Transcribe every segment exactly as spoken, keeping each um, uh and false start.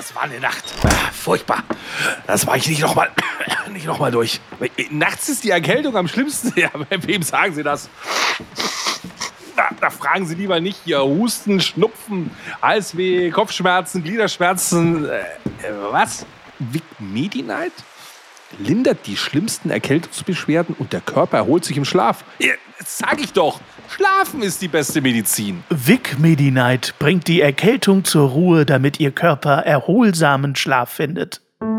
das war eine Nacht. Ah, furchtbar. Das war ich nicht nochmal nicht noch mal durch. Nachts ist die Erkältung am schlimmsten. Ja, wem sagen Sie das? Da, da fragen Sie lieber nicht hier Husten, Schnupfen, Halsweh, Kopfschmerzen, Gliederschmerzen. Äh, was? Vic Medi-Night? Lindert die schlimmsten Erkältungsbeschwerden und der Körper erholt sich im Schlaf. Ja, das sag ich doch. Schlafen ist die beste Medizin. Vic Medi-Night bringt die Erkältung zur Ruhe, damit Ihr Körper erholsamen Schlaf findet.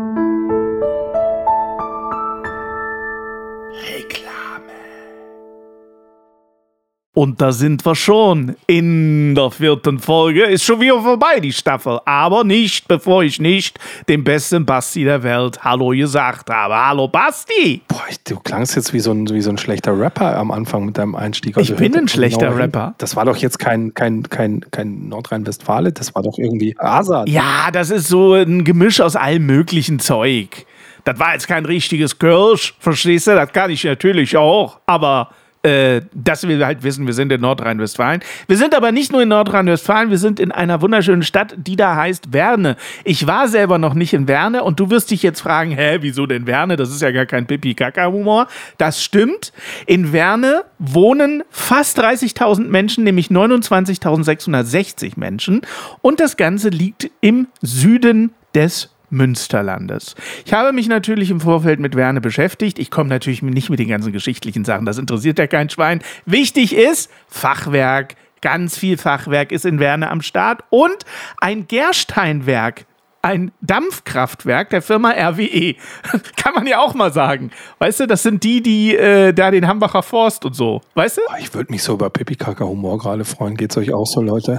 Und da sind wir schon in der vierten Folge. Ist schon wieder vorbei, die Staffel. Aber nicht, bevor ich nicht dem besten Basti der Welt Hallo gesagt habe. Hallo, Basti! Boah, du klangst jetzt wie so ein, wie so ein schlechter Rapper am Anfang mit deinem Einstieg. Also ich bin ein schlechter genau Rapper. Das war doch jetzt kein, kein, kein, kein Nordrhein-Westfalen, das war doch irgendwie Asad. Ja, das ist so ein Gemisch aus allem möglichen Zeug. Das war jetzt kein richtiges Kölsch, verstehst du? Das kann ich natürlich auch, aber... dass wir halt wissen, wir sind in Nordrhein-Westfalen. Wir sind aber nicht nur in Nordrhein-Westfalen, wir sind in einer wunderschönen Stadt, die da heißt Werne. Ich war selber noch nicht in Werne und du wirst dich jetzt fragen, hä, wieso denn Werne? Das ist ja gar kein Pipi-Kaka-Humor. Das stimmt. In Werne wohnen fast dreißigtausend Menschen, nämlich neunundzwanzigtausendsechshundertsechzig Menschen. Und das Ganze liegt im Süden des Münsterlandes. Ich habe mich natürlich im Vorfeld mit Werne beschäftigt. Ich komme natürlich nicht mit den ganzen geschichtlichen Sachen, das interessiert ja kein Schwein. Wichtig ist Fachwerk, ganz viel Fachwerk ist in Werne am Start und ein Gersteinwerk, ein Dampfkraftwerk der Firma R W E. Kann man ja auch mal sagen. Weißt du, das sind die, die äh, da den Hambacher Forst und so. Weißt du? Ich würde mich so über Pipi-Kaka-Humor gerade freuen. Geht's euch auch so, Leute?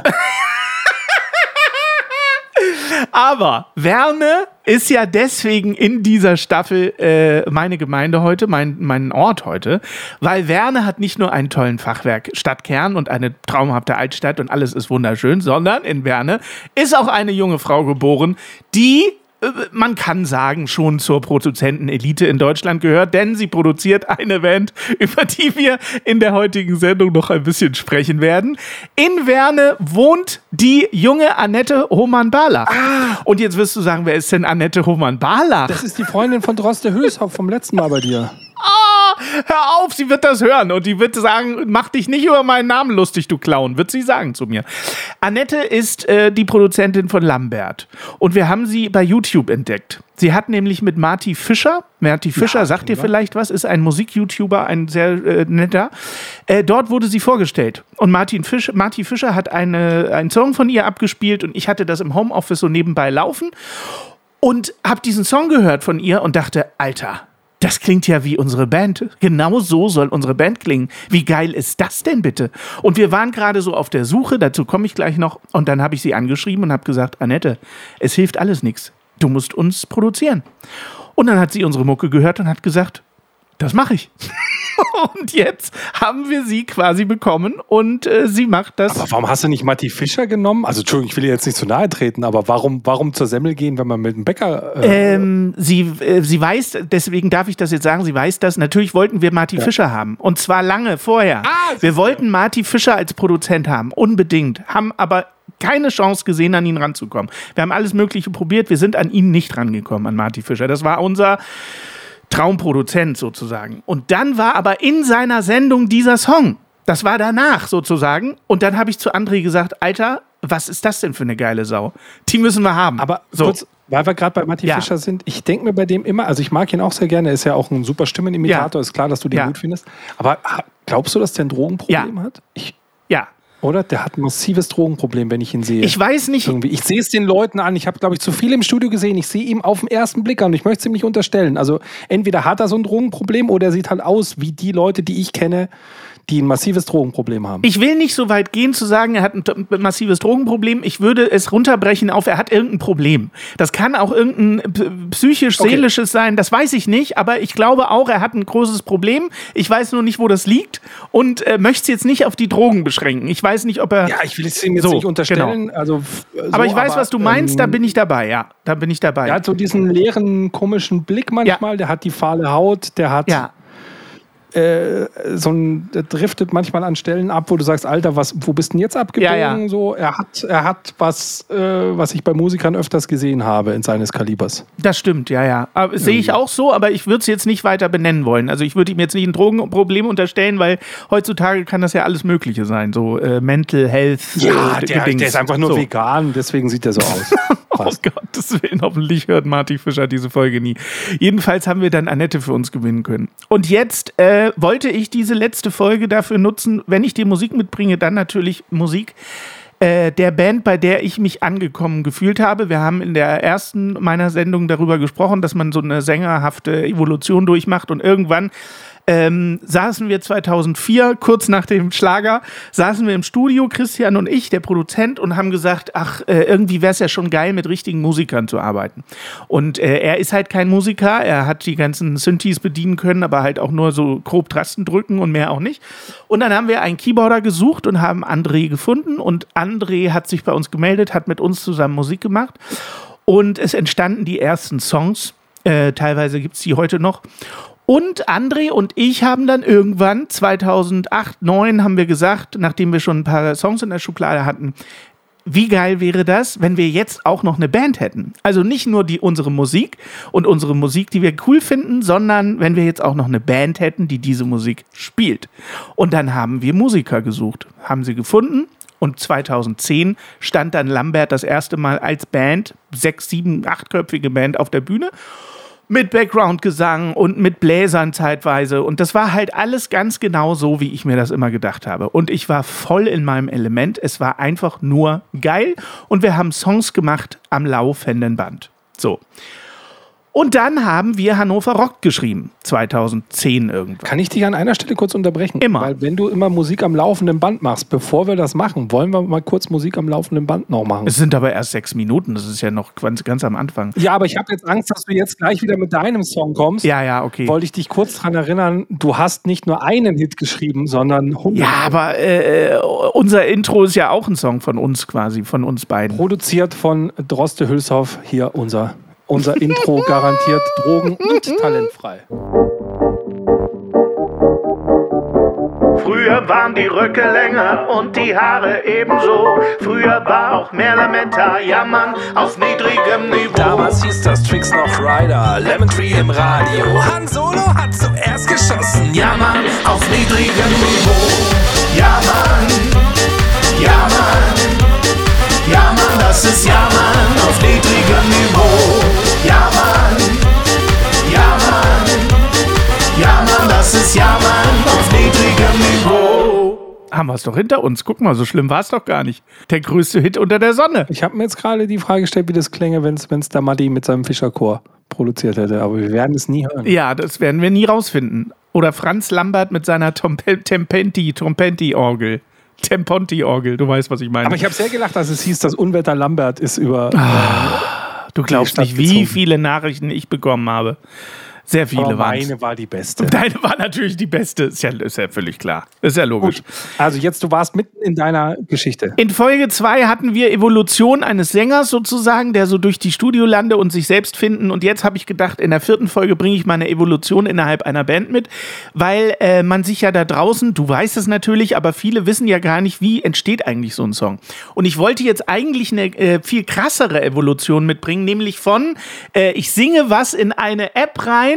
Aber Werne ist ja deswegen in dieser Staffel äh, meine Gemeinde heute, mein, mein Ort heute, weil Werne hat nicht nur einen tollen Fachwerk-Stadtkern und eine traumhafte Altstadt und alles ist wunderschön, sondern in Werne ist auch eine junge Frau geboren, die... man kann sagen, schon zur Produzentenelite in Deutschland gehört, denn sie produziert eine Band, über die wir in der heutigen Sendung noch ein bisschen sprechen werden. In Werne wohnt die junge Annette Hohmann-Barlach. Ah. Und jetzt wirst du sagen, wer ist denn Annette Hohmann-Barlach? Das ist die Freundin von Droste Höshoff vom letzten Mal bei dir. Ah, hör auf, sie wird das hören und die wird sagen, mach dich nicht über meinen Namen lustig, du Clown, wird sie sagen zu mir. Annette ist äh, die Produzentin von Lambert und wir haben sie bei YouTube entdeckt. Sie hat nämlich mit Marty Fischer, Marty Fischer, ja, sagt dir vielleicht was, ist ein Musik-YouTuber, ein sehr äh, netter. Äh, dort wurde sie vorgestellt und Martin Fisch, Marty Fischer hat eine, einen Song von ihr abgespielt und ich hatte das im Homeoffice so nebenbei laufen und habe diesen Song gehört von ihr und dachte, Alter, das klingt ja wie unsere Band. Genau so soll unsere Band klingen. Wie geil ist das denn bitte? Und wir waren gerade so auf der Suche, dazu komme ich gleich noch. Und dann habe ich sie angeschrieben und habe gesagt, Annette, es hilft alles nichts. Du musst uns produzieren. Und dann hat sie unsere Mucke gehört und hat gesagt, das mache ich. Und jetzt haben wir sie quasi bekommen und äh, sie macht das. Aber warum hast du nicht Matti Fischer genommen? Also Entschuldigung, ich will ihr jetzt nicht zu nahe treten, aber warum, warum zur Semmel gehen, wenn man mit dem Bäcker... Äh ähm, sie, äh, sie weiß, deswegen darf ich das jetzt sagen, sie weiß das, natürlich wollten wir Matti ja. Fischer haben. Und zwar lange vorher. Ah, wir wollten Matti Fischer als Produzent haben, unbedingt. Haben aber keine Chance gesehen, an ihn ranzukommen. Wir haben alles Mögliche probiert, wir sind an ihn nicht rangekommen, an Matti Fischer. Das war unser... Traumproduzent sozusagen. Und dann war aber in seiner Sendung dieser Song. Das war danach sozusagen. Und dann habe ich zu André gesagt, Alter, was ist das denn für eine geile Sau? Die müssen wir haben. Aber so. Kurz, weil wir gerade bei Matti ja. Fischer sind, ich denke mir bei dem immer, also ich mag ihn auch sehr gerne, er ist ja auch ein super Stimmenimitator, ja. ist klar, dass du den ja. gut findest. Aber glaubst du, dass der ein Drogenproblem ja. hat? Ich ja. Oder? Der hat ein massives Drogenproblem, wenn ich ihn sehe. Ich weiß nicht. Irgendwie. Ich sehe es den Leuten an. Ich habe, glaube ich, zu viel im Studio gesehen. Ich sehe ihm auf den ersten Blick an und ich möchte es ihm nicht unterstellen. Also entweder hat er so ein Drogenproblem oder er sieht halt aus wie die Leute, die ich kenne, die ein massives Drogenproblem haben. Ich will nicht so weit gehen zu sagen, er hat ein massives Drogenproblem. Ich würde es runterbrechen auf, er hat irgendein Problem. Das kann auch irgendein psychisch-seelisches okay. sein, das weiß ich nicht. Aber ich glaube auch, er hat ein großes Problem. Ich weiß nur nicht, wo das liegt und äh, möchte es jetzt nicht auf die Drogen beschränken. Ich weiß nicht, ob er... Ja, ich will es ihm jetzt so, nicht unterstellen. Genau. Also, so, aber ich weiß, aber, was du meinst, ähm, da bin ich dabei, ja. Da bin ich dabei. Er hat so diesen leeren, komischen Blick manchmal. Ja. Der hat die fahle Haut, der hat... Ja. äh, so ein, der driftet manchmal an Stellen ab, wo du sagst, Alter, was, wo bist du denn jetzt abgebogen? Ja, ja. So, er hat, er hat was, äh, was ich bei Musikern öfters gesehen habe in seines Kalibers. Das stimmt, ja, ja. Aber, sehe ich auch so, aber ich würde es jetzt nicht weiter benennen wollen. Also ich würde ihm jetzt nicht ein Drogenproblem unterstellen, weil heutzutage kann das ja alles Mögliche sein. So äh, Mental Health. Ja, äh, der, der ist einfach nur so. vegan, deswegen sieht er so aus. Oh Gottes Willen, hoffentlich hört Marty Fischer diese Folge nie. Jedenfalls haben wir dann Annette für uns gewinnen können. Und jetzt äh, wollte ich diese letzte Folge dafür nutzen, wenn ich dir Musik mitbringe, dann natürlich Musik äh, der Band, bei der ich mich angekommen gefühlt habe. Wir haben in der ersten meiner Sendung darüber gesprochen, dass man so eine sängerhafte Evolution durchmacht und irgendwann Ähm, saßen wir zweitausendvier, kurz nach dem Schlager, saßen wir im Studio, Christian und ich, der Produzent, und haben gesagt, ach, äh, irgendwie wäre es ja schon geil, mit richtigen Musikern zu arbeiten. Und äh, er ist halt kein Musiker, er hat die ganzen Synthes bedienen können, aber halt auch nur so grob Tasten drücken und mehr auch nicht. Und dann haben wir einen Keyboarder gesucht und haben André gefunden und André hat sich bei uns gemeldet, hat mit uns zusammen Musik gemacht und es entstanden die ersten Songs, äh, teilweise gibt es die heute noch. Und André und ich haben dann irgendwann zweitausendacht, zweitausendneun haben wir gesagt, nachdem wir schon ein paar Songs in der Schublade hatten, wie geil wäre das, wenn wir jetzt auch noch eine Band hätten? Also nicht nur die, unsere Musik und unsere Musik, die wir cool finden, sondern wenn wir jetzt auch noch eine Band hätten, die diese Musik spielt. Und dann haben wir Musiker gesucht, haben sie gefunden. Und zweitausendzehn stand dann Lambert das erste Mal als Band, sechs, sieben, achtköpfige Band auf der Bühne. Mit Background-Gesang und mit Bläsern zeitweise. Und das war halt alles ganz genau so, wie ich mir das immer gedacht habe. Und ich war voll in meinem Element. Es war einfach nur geil. Und wir haben Songs gemacht am laufenden Band. So. Und dann haben wir Hannover Rockt geschrieben, zweitausendzehn irgendwann. Kann ich dich an einer Stelle kurz unterbrechen? Immer. Weil wenn du immer Musik am laufenden Band machst, bevor wir das machen, wollen wir mal kurz Musik am laufenden Band noch machen. Es sind aber erst sechs Minuten, das ist ja noch ganz, ganz am Anfang. Ja, aber ich habe jetzt Angst, dass du jetzt gleich wieder mit deinem Song kommst. Ja, ja, okay. Wollte ich dich kurz daran erinnern, du hast nicht nur einen Hit geschrieben, sondern hundert. Ja, aber äh, unser Intro ist ja auch ein Song von uns quasi, von uns beiden. Produziert von Droste Hülshoff, hier unser Unser Intro garantiert drogen- und talentfrei. Früher waren die Röcke länger und die Haare ebenso. Früher war auch mehr Lametta, jammern auf niedrigem Niveau. Damals hieß das Tricks noch Rider, Lemon Tree im Radio. Han Solo hat zuerst geschossen, jammern auf niedrigem Niveau. Ja Mann, ja Mann, ja Mann, das ist ja Mann auf niedrigem Niveau. Ja Mann, ja Mann, ja Mann, das ist ja Mann auf niedrigem Niveau. Haben wir es doch hinter uns. Guck mal, so schlimm war es doch gar nicht. Der größte Hit unter der Sonne. Ich habe mir jetzt gerade die Frage gestellt, wie das klänge, wenn es der Matti mit seinem Fischerchor produziert hätte. Aber wir werden es nie hören. Ja, das werden wir nie rausfinden. Oder Franz Lambert mit seiner Tompe- Tempenti, Trompenti-Orgel. Temponti-Orgel, du weißt, was ich meine. Aber ich habe sehr gelacht, dass es hieß, das Unwetter Lambert ist über... Ah, du glaubst nicht, wie viele Nachrichten ich bekommen habe. Sehr viele waren es. Meine war die beste. Deine war natürlich die beste. Ist ja, ist ja völlig klar. Ist ja logisch. Gut. Also jetzt, du warst mitten in deiner Geschichte. In Folge zwei hatten wir Evolution eines Sängers sozusagen, der so durch die Studiolande und sich selbst finden. Und jetzt habe ich gedacht, in der vierten Folge bringe ich mal eine Evolution innerhalb einer Band mit, weil äh, man sich ja da draußen, du weißt es natürlich, aber viele wissen ja gar nicht, wie entsteht eigentlich so ein Song. Und ich wollte jetzt eigentlich eine äh, viel krassere Evolution mitbringen, nämlich von, äh, ich singe was in eine App rein,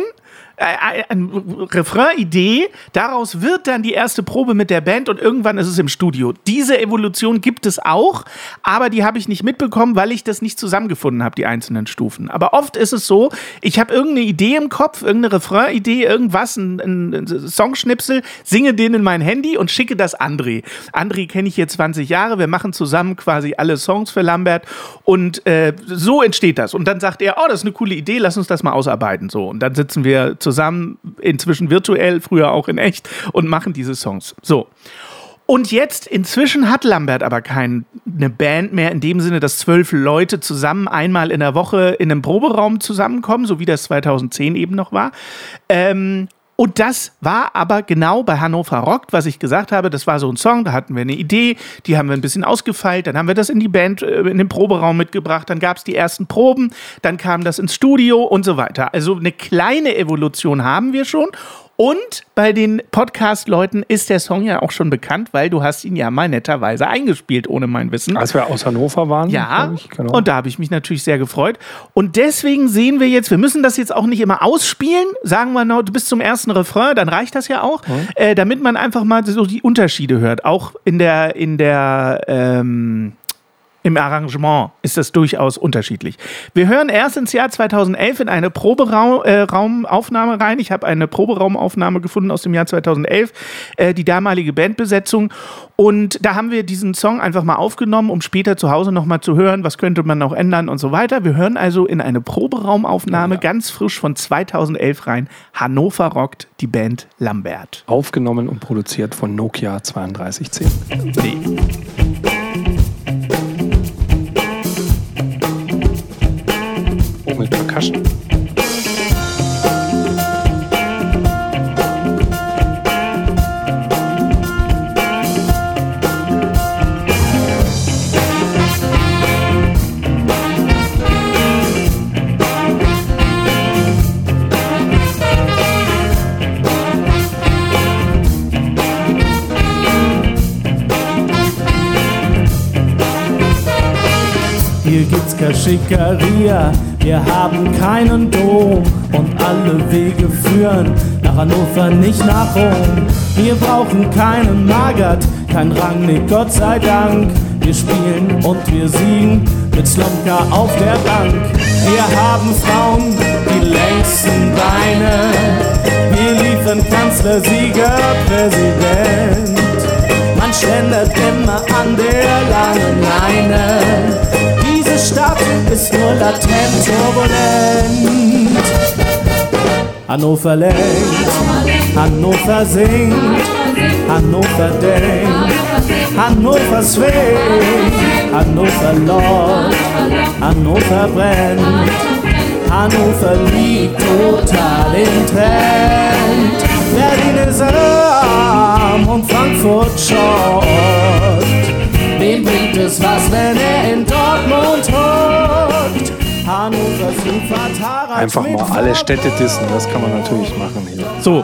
eine Refrain-Idee, daraus wird dann die erste Probe mit der Band und irgendwann ist es im Studio. Diese Evolution gibt es auch, aber die habe ich nicht mitbekommen, weil ich das nicht zusammengefunden habe, die einzelnen Stufen. Aber oft ist es so, ich habe irgendeine Idee im Kopf, irgendeine Refrain-Idee, irgendwas, ein, ein Songschnipsel, singe den in mein Handy und schicke das André. André kenne ich hier zwanzig Jahre, wir machen zusammen quasi alle Songs für Lambert und äh, so entsteht das. Und dann sagt er, oh, das ist eine coole Idee, lass uns das mal ausarbeiten. So. Und dann sitzen wir zusammen zusammen, inzwischen virtuell, früher auch in echt und machen diese Songs. So. Und jetzt, inzwischen hat Lambert aber keine Band mehr in dem Sinne, dass zwölf Leute zusammen einmal in der Woche in einem Proberaum zusammenkommen, so wie das zweitausendzehn eben noch war. Ähm, Und das war aber genau bei Hannover Rockt, was ich gesagt habe, das war so ein Song, da hatten wir eine Idee, die haben wir ein bisschen ausgefeilt, dann haben wir das in die Band, in den Proberaum mitgebracht, dann gab es die ersten Proben, dann kam das ins Studio und so weiter. Also eine kleine Evolution haben wir schon Und bei den Podcast-Leuten ist der Song ja auch schon bekannt, weil du hast ihn ja mal netterweise eingespielt, ohne mein Wissen. Als wir aus Hannover waren. Ja, ich, genau. Und da habe ich mich natürlich sehr gefreut. Und deswegen sehen wir jetzt, wir müssen das jetzt auch nicht immer ausspielen, sagen wir noch bis zum ersten Refrain, dann reicht das ja auch, mhm. äh, damit man einfach mal so die Unterschiede hört. Auch in der, in der, ähm, im Arrangement ist das durchaus unterschiedlich. Wir hören erst ins Jahr zweitausendelf in eine Proberaumaufnahme äh, rein. Ich habe eine Proberaumaufnahme gefunden aus dem Jahr zweitausendelf, äh, die damalige Bandbesetzung. Und da haben wir diesen Song einfach mal aufgenommen, um später zu Hause nochmal zu hören, was könnte man noch ändern und so weiter. Wir hören also in eine Proberaumaufnahme ja. ganz frisch von zweitausendelf rein. Hannover rockt, die Band Lambert. Aufgenommen und produziert von Nokia zweiunddreißig zehn. Nee. Mit Percussion. Hier gibt's keine Schickeria, wir haben keinen Dom und alle Wege führen nach Hannover, nicht nach Rom. Wir brauchen keinen Magath, kein Rangnick, Gott sei Dank. Wir spielen und wir siegen mit Slomka auf der Bank. Wir haben Frauen, die längsten Beine. Wir liefern Kanzler, Sieger, Präsident. Man schlendert immer an der langen Leine. Diese Stadt ist nur latent turbulent. Hannover lenkt, Hannover singt, Hannover denkt, Hannover swingt, Hannover läuft, Hannover brennt, Hannover liegt total im Trend. Berlin ist arm und Frankfurt schott. Wem bringt es was, wenn er in Dortmund hockt? Hannover Zufahrt, Harald Einfach mal alle Städte dissen, das kann man natürlich machen hier. So.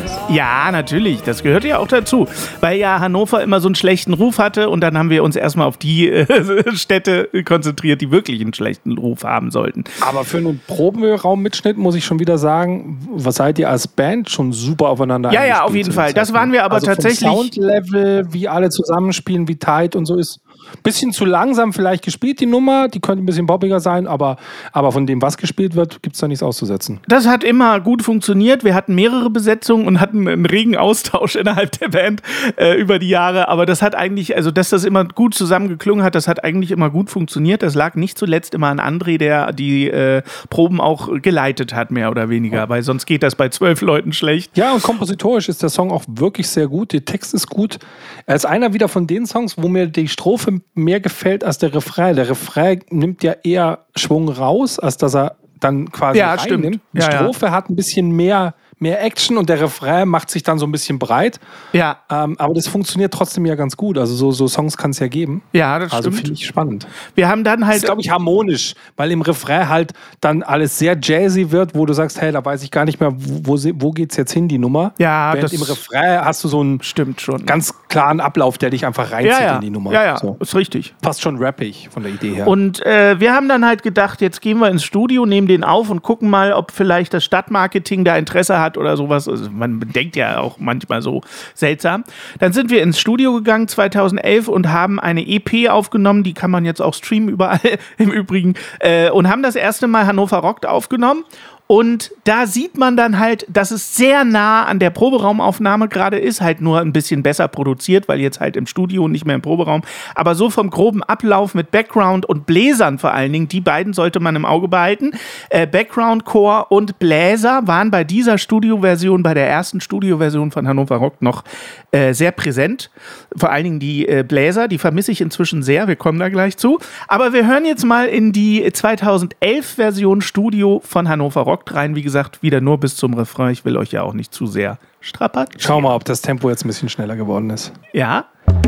Ja, natürlich, das gehört ja auch dazu, weil ja Hannover immer so einen schlechten Ruf hatte und dann haben wir uns erstmal auf die äh, Städte konzentriert, die wirklich einen schlechten Ruf haben sollten. Aber für einen Probenraummitschnitt muss ich schon wieder sagen, was seid ihr als Band schon super aufeinander Ja, ja, auf jeden Fall, das waren wir aber also tatsächlich... Vom Soundlevel, wie alle zusammenspielen, wie tight und so ist... Bisschen zu langsam vielleicht gespielt, die Nummer. Die könnte ein bisschen poppiger sein, aber, aber von dem, was gespielt wird, gibt es da nichts auszusetzen. Das hat immer gut funktioniert. Wir hatten mehrere Besetzungen und hatten einen regen Austausch innerhalb der Band äh, über die Jahre. Aber das hat eigentlich, also dass das immer gut zusammengeklungen hat, das hat eigentlich immer gut funktioniert. Das lag nicht zuletzt immer an André, der die äh, Proben auch geleitet hat, mehr oder weniger. Ja. Weil sonst geht das bei zwölf Leuten schlecht. Ja, und kompositorisch ist der Song auch wirklich sehr gut. Der Text ist gut. Er ist einer wieder von den Songs, wo mir die Strophe mehr gefällt als der Refrain. Der Refrain nimmt ja eher Schwung raus, als dass er dann quasi ja, reinnimmt. Stimmt. Die ja, Strophe ja. hat ein bisschen mehr, mehr Action und der Refrain macht sich dann so ein bisschen breit. Ja. Ähm, aber das funktioniert trotzdem ja ganz gut. Also so, so Songs kann es ja geben. Ja, das also stimmt. finde ich spannend. Wir haben dann halt... Das ist, glaube ich, harmonisch, weil im Refrain halt dann alles sehr jazzy wird, wo du sagst, hey, da weiß ich gar nicht mehr, wo, wo geht's jetzt hin, die Nummer. Ja, Während das im Refrain hast du so einen stimmt schon. ganz klaren Ablauf, der dich einfach reinzieht ja, ja. in die Nummer. Ja, ja, so. ist richtig. Fast schon rappig von der Idee her. Und äh, wir haben dann halt gedacht, jetzt gehen wir ins Studio, nehmen den auf und gucken mal, ob vielleicht das Stadtmarketing da Interesse hat oder sowas. Also man denkt ja auch manchmal so seltsam. Dann sind wir ins Studio gegangen zweitausendelf und haben eine E P aufgenommen, die kann man jetzt auch streamen überall im Übrigen, äh, und haben das erste Mal Hannover rockt aufgenommen. Und da sieht man dann halt, dass es sehr nah an der Proberaumaufnahme gerade ist, halt nur ein bisschen besser produziert, weil jetzt halt im Studio und nicht mehr im Proberaum. Aber so vom groben Ablauf mit Background und Bläsern vor allen Dingen, die beiden sollte man im Auge behalten. Äh, Background, Chor und Bläser waren bei dieser Studioversion, bei der ersten Studioversion von Hannover rockt noch äh, sehr präsent. Vor allen Dingen die äh, Bläser, die vermisse ich inzwischen sehr, wir kommen da gleich zu. Aber wir hören jetzt mal in die zweitausendelf-Version Studio von Hannover rockt rein, wie gesagt, wieder nur bis zum Refrain. Ich will euch ja auch nicht zu sehr strapazieren. Schau mal, ob das Tempo jetzt ein bisschen schneller geworden ist. Ja?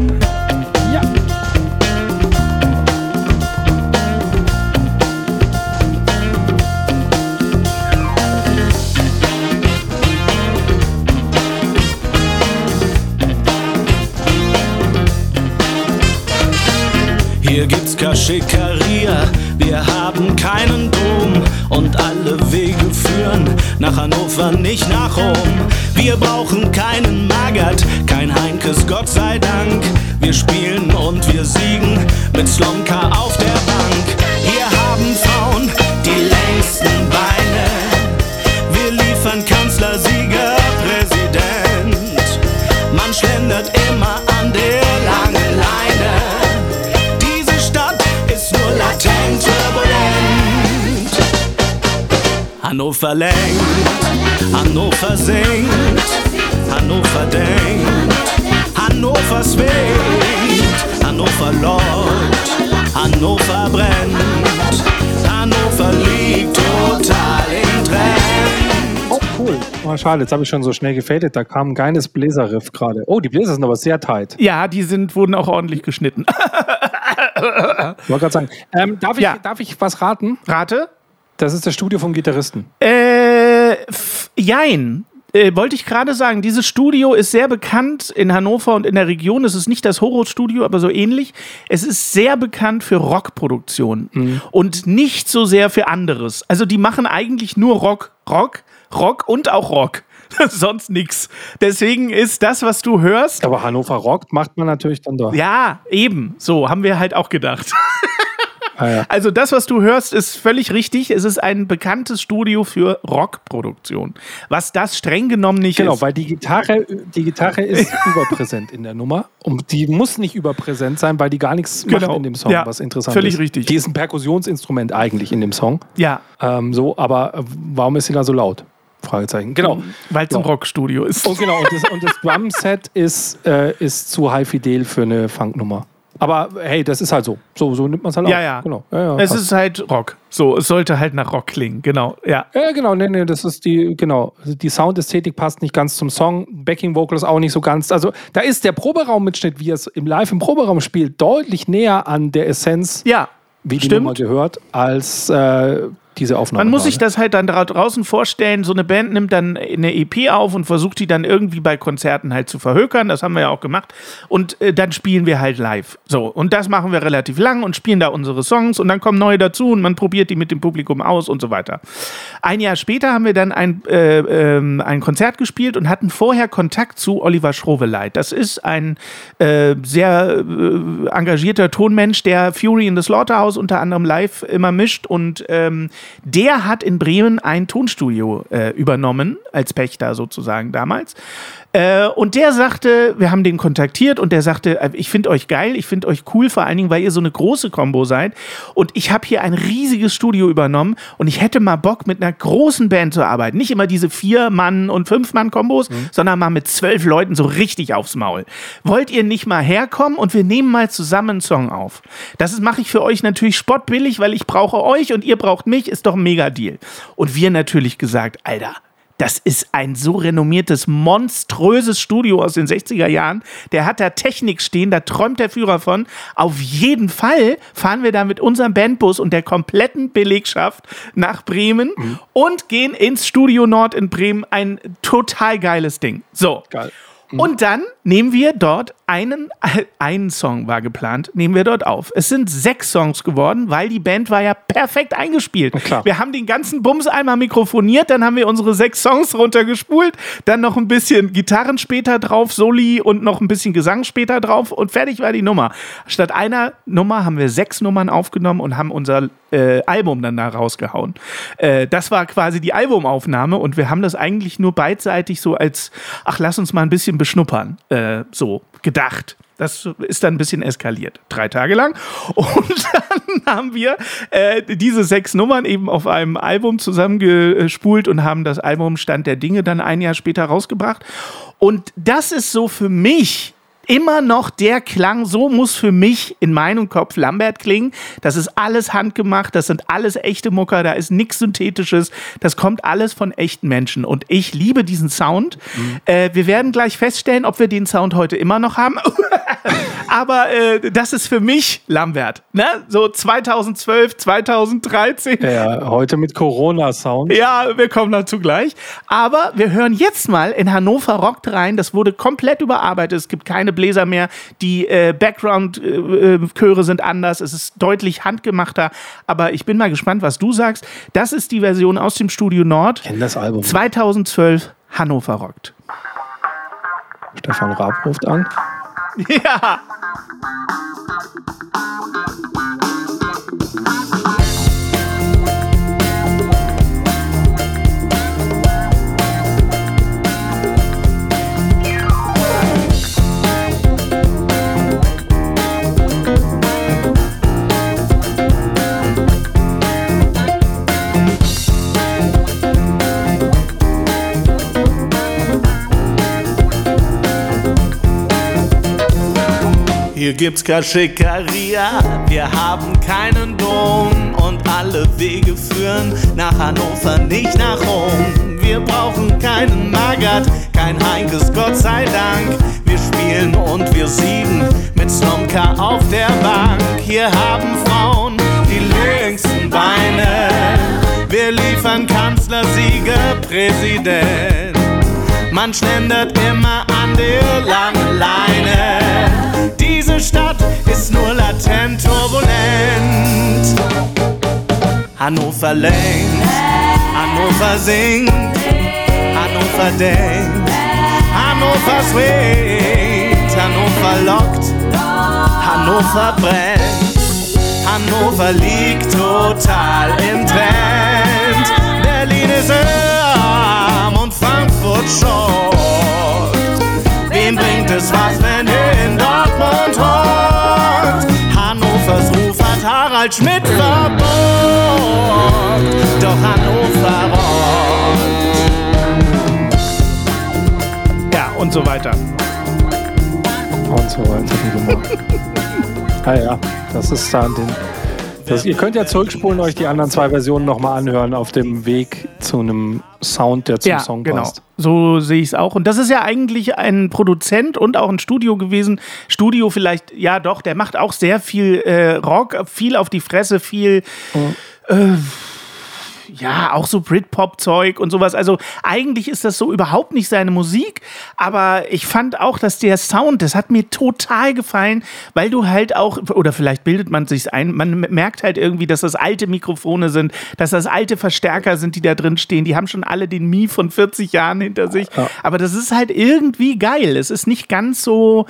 Ja. Schickeria. Wir haben keinen Dom und alle Wege führen nach Hannover, nicht nach Rom. Wir brauchen keinen Magath, kein Heinkes, Gott sei Dank. Wir spielen und wir siegen mit Slomka auf der Bank. Hier haben Frauen die längsten Beine. Wir liefern Kanzler, Sieger, Präsident. Man schlendert immer an der langen Leine. Diese Stadt ist nur latent turbulent. Hannover lenkt, Hannover singt, Hannover denkt, Hannover swingt, Hannover läuft, Hannover brennt, Hannover liegt total im Trend. Oh, cool. Oh, schade, jetzt habe ich schon so schnell gefadet. Da kam ein geiles Bläserriff gerade. Oh, die Bläser sind aber sehr tight. Ja, die sind, wurden auch ordentlich geschnitten. Ich wollte gerade sagen, ähm, darf, ich, Ja. darf ich was raten? Rate? Das ist das Studio vom Gitarristen. Äh, f- jein. Äh, wollte ich gerade sagen, dieses Studio ist sehr bekannt in Hannover und in der Region. Es ist nicht das Horror-Studio, aber so ähnlich. Es ist sehr bekannt für Rockproduktionen und nicht so sehr für anderes. Also die machen eigentlich nur Rock, Rock, Rock und auch Rock. Sonst nix. Deswegen ist das, was du hörst, Aber Hannover rockt macht man natürlich dann doch. ja, eben. So haben wir halt auch gedacht. Ah, ja. Also das, was du hörst, ist völlig richtig. Es ist ein bekanntes Studio für Rockproduktion. Was das streng genommen nicht Genau, ist. weil die Gitarre, die Gitarre ist überpräsent in der Nummer. Und die muss nicht überpräsent sein, weil die gar nichts Genau. macht in dem Song, Ja, was interessant völlig ist. richtig. Die ist ein Perkussionsinstrument eigentlich in dem Song. Ja, Ähm, so, aber äh, warum ist sie da so laut? Fragezeichen. Genau. weil es ein Ja. Rockstudio ist. Und genau, und das, und das Drumset ist, äh, ist zu high fidel für eine Funknummer. Aber hey, das ist halt so. So, so nimmt man es halt Ja, auf. ja. Genau. Ja, ja, Es passt. ist halt Rock. So, es sollte halt nach Rock klingen. Genau, ja. Ja, genau, nee, nee, das ist die, genau. Also die Soundästhetik passt nicht ganz zum Song, Backing Vocals auch nicht so ganz. Also da ist der Proberaummitschnitt, wie er es im Live im Proberaum spielt, deutlich näher an der Essenz, Ja, wie die stimmt. Nummer gehört, als äh, diese Aufnahme. Man muss sich gerade. das halt dann dra draußen vorstellen, so eine Band nimmt dann eine E P auf und versucht die dann irgendwie bei Konzerten halt zu verhökern, das haben wir ja auch gemacht und äh, dann spielen wir halt live. So, und das machen wir relativ lang und spielen da unsere Songs und dann kommen neue dazu und man probiert die mit dem Publikum aus und so weiter. Ein Jahr später haben wir dann ein, äh, ähm, ein Konzert gespielt und hatten vorher Kontakt zu Oliver Schroveleit. Das ist ein äh, sehr äh, engagierter Tonmensch, der Fury in the Slaughterhouse unter anderem live immer mischt und ähm, der hat in Bremen ein Tonstudio äh, übernommen, als Pächter sozusagen damals. Äh, und der sagte, wir haben den kontaktiert und der sagte, äh, ich finde euch geil, ich finde euch cool, vor allen Dingen, weil ihr so eine große Kombo seid. Und ich habe hier ein riesiges Studio übernommen und ich hätte mal Bock, mit einer großen Band zu arbeiten. Nicht immer diese Vier-Mann- und Fünf-Mann-Kombos, mhm. sondern mal mit zwölf Leuten so richtig aufs Maul. Wollt ihr nicht mal herkommen und wir nehmen mal zusammen einen Song auf? Das mache ich für euch natürlich spottbillig, weil ich brauche euch und ihr braucht mich, ist doch ein Mega-Deal. Und wir natürlich gesagt, Alter, das ist ein so renommiertes, monströses Studio aus den sechziger Jahren. Der hat da Technik stehen, da träumt der Führer von. Auf jeden Fall fahren wir da mit unserem Bandbus und der kompletten Belegschaft nach Bremen mhm. und gehen ins Studio Nord in Bremen. Ein total geiles Ding. So. Geil. Und dann nehmen wir dort einen, einen Song war geplant, nehmen wir dort auf. Es sind sechs Songs geworden, weil die Band war ja perfekt eingespielt. Klar. Wir haben den ganzen Bums einmal mikrofoniert, dann haben wir unsere sechs Songs runtergespult, dann noch ein bisschen Gitarren später drauf, Soli und noch ein bisschen Gesang später drauf und fertig war die Nummer. Statt einer Nummer haben wir sechs Nummern aufgenommen und haben unser äh, Album dann da rausgehauen. Äh, das war quasi die Albumaufnahme und wir haben das eigentlich nur beidseitig so als, ach, lass uns mal ein bisschen beschnuppern, äh, so gedacht. Das ist dann ein bisschen eskaliert, drei Tage lang. Und dann haben wir äh, diese sechs Nummern eben auf einem Album zusammengespult und haben das Album Stand der Dinge dann ein Jahr später rausgebracht. Und das ist so für mich immer noch der Klang, so muss für mich in meinem Kopf Lambert klingen. Das ist alles handgemacht, das sind alles echte Mucker, da ist nichts Synthetisches, das kommt alles von echten Menschen und ich liebe diesen Sound. Mhm. Äh, wir werden gleich feststellen, ob wir den Sound heute immer noch haben Aber äh, das ist für mich Lambert. Ne? So zweitausendzwölf, zweitausenddreizehn. Ja, heute mit Corona-Sound. Ja, wir kommen dazu gleich. Aber wir hören jetzt mal in Hannover rockt rein. Das wurde komplett überarbeitet. Es gibt keine Bläser mehr. Die äh, Background-Chöre sind anders. Es ist deutlich handgemachter. Aber ich bin mal gespannt, was du sagst. Das ist die Version aus dem Studio Nord. Ich kenne das Album. zweitausendzwölf Hannover rockt. Stefan Raab ruft an. Ja. Hier gibt's keine Schickeria, wir haben keinen Dom und alle Wege führen nach Hannover, nicht nach Rom. Wir brauchen keinen Magath, kein Heinkes, Gott sei Dank. Wir spielen und wir siegen mit Slomka auf der Bank. Hier haben Frauen die längsten Beine, wir liefern Kanzler, Sieger, Präsident. Man schlendert immer an der langen Leine. Diese Stadt ist nur latent turbulent. Hannover lenkt, Hannover singt, Hannover denkt, Hannover swingt, Hannover lockt, Hannover brennt, Hannover liegt total im Trend. Berlin ist arm und Frankfurt schockt. Wem bringt es was, wenn ihr in Dortmund hockt? Hannovers Ruf hat Harald Schmidt verbockt. Doch Hannover rockt. Ja, und so weiter. Und so weiter. Ah ja, das ist dann den. Das, ihr könnt ja zurückspulen und euch die anderen zwei Versionen nochmal anhören auf dem Weg zu einem Sound, der zum Ja, Song genau. passt. So sehe ich es auch. Und das ist ja eigentlich ein Produzent und auch ein Studio gewesen. Studio vielleicht, ja doch, der macht auch sehr viel äh, Rock, viel auf die Fresse, viel... Mhm. Äh, ja, auch so Britpop-Zeug und sowas. Also eigentlich ist das so überhaupt nicht seine Musik, aber ich fand auch, dass der Sound, das hat mir total gefallen, weil du halt auch, oder vielleicht bildet man sich's ein, man merkt halt irgendwie, dass das alte Mikrofone sind, dass das alte Verstärker sind, die da drin stehen. Die haben schon alle den Mii von vierzig Jahren hinter sich. Ja. Aber das ist halt irgendwie geil. Es ist nicht ganz so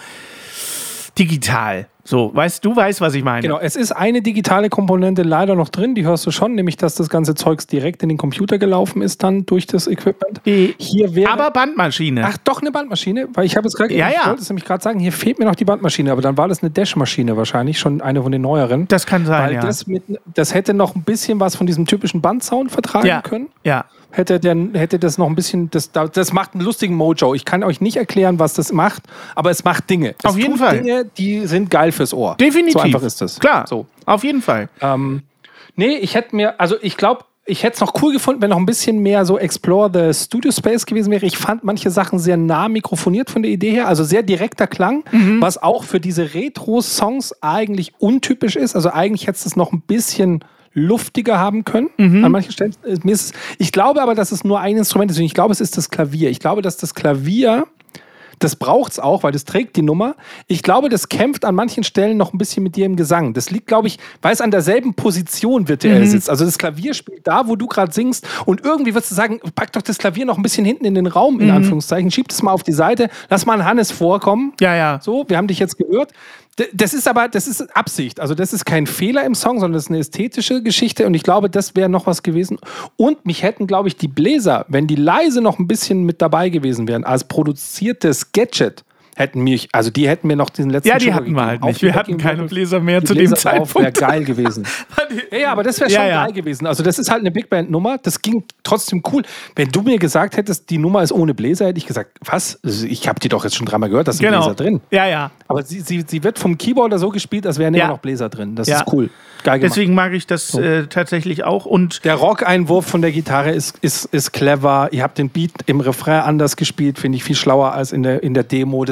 digital. So, weißt du, weißt, was ich meine. Genau, es ist eine digitale Komponente leider noch drin, die hörst du schon, nämlich dass das ganze Zeugs direkt in den Computer gelaufen ist dann durch das Equipment. Äh, Hier wäre, Aber Bandmaschine. ach doch, eine Bandmaschine, weil ich habe jetzt gerade, Ja, ich ja. wollte es nämlich gerade sagen, hier fehlt mir noch die Bandmaschine, aber dann war das eine Dash-Maschine wahrscheinlich, schon eine von den neueren. Das kann sein, weil ja. das, mit, das hätte noch ein bisschen was von diesem typischen Bandsound vertragen ja. können. Ja. Hätte, dann, hätte das noch ein bisschen, das, das macht einen lustigen Mojo. Ich kann euch nicht erklären, was das macht, aber es macht Dinge. Es Auf jeden tut Fall. Dinge, die sind geil fürs Ohr. Definitiv. So einfach ist das. Klar, So. auf jeden Fall. Ähm, nee, ich hätte mir, also ich glaube, ich hätte es noch cool gefunden, wenn noch ein bisschen mehr so Explore the Studio Space gewesen wäre. Ich fand manche Sachen sehr nah mikrofoniert von der Idee her, also sehr direkter Klang, Mhm. was auch für diese Retro-Songs eigentlich untypisch ist. Also eigentlich hätte es noch ein bisschen luftiger haben können Mhm. an manchen Stellen. Mir ist es, ich glaube aber, dass es nur ein Instrument ist. Und ich glaube, es ist das Klavier. Ich glaube, dass das Klavier, das braucht es auch, weil das trägt die Nummer. Ich glaube, das kämpft an manchen Stellen noch ein bisschen mit dir im Gesang. Das liegt, glaube ich, weil es an derselben Position virtuell Mhm. sitzt. Also das Klavier spielt da, wo du gerade singst. Und irgendwie würdest du sagen, pack doch das Klavier noch ein bisschen hinten in den Raum, in Mhm. Anführungszeichen. Schieb das mal auf die Seite. Lass mal einen Hannes vorkommen. Ja, ja. So, wir haben dich jetzt gehört. D- Das ist aber, das ist Absicht. Also das ist kein Fehler im Song, sondern das ist eine ästhetische Geschichte und ich glaube, das wäre noch was gewesen. Und mich hätten, glaube ich, die Bläser, wenn die leise noch ein bisschen mit dabei gewesen wären, als produziertes Gadget, hätten mich, also die hätten mir noch diesen letzten Ja, die Schubser hatten wir gegeben. halt Auf nicht. die Wir hatten Backing keine Vocals. Bläser mehr Die zu dem Bläser drauf Zeitpunkt. wäre geil gewesen. Ja, ja, aber das wäre schon Ja, ja. geil gewesen. Also das ist halt eine Big Band Nummer. Das ging trotzdem cool. Wenn du mir gesagt hättest, die Nummer ist ohne Bläser, hätte ich gesagt, was? Also ich habe die doch jetzt schon dreimal gehört, da sind Genau. Bläser drin. Ja, ja. Aber sie, sie, sie wird vom Keyboarder so gespielt, als wären Ja. immer noch Bläser drin. Das Ja. ist cool. Geil gemacht. Deswegen mag ich das äh, tatsächlich auch. Und Der Rock-Einwurf von der Gitarre ist, ist, ist clever. Ihr habt den Beat im Refrain anders gespielt, finde ich viel schlauer als in der, in der Demo. Das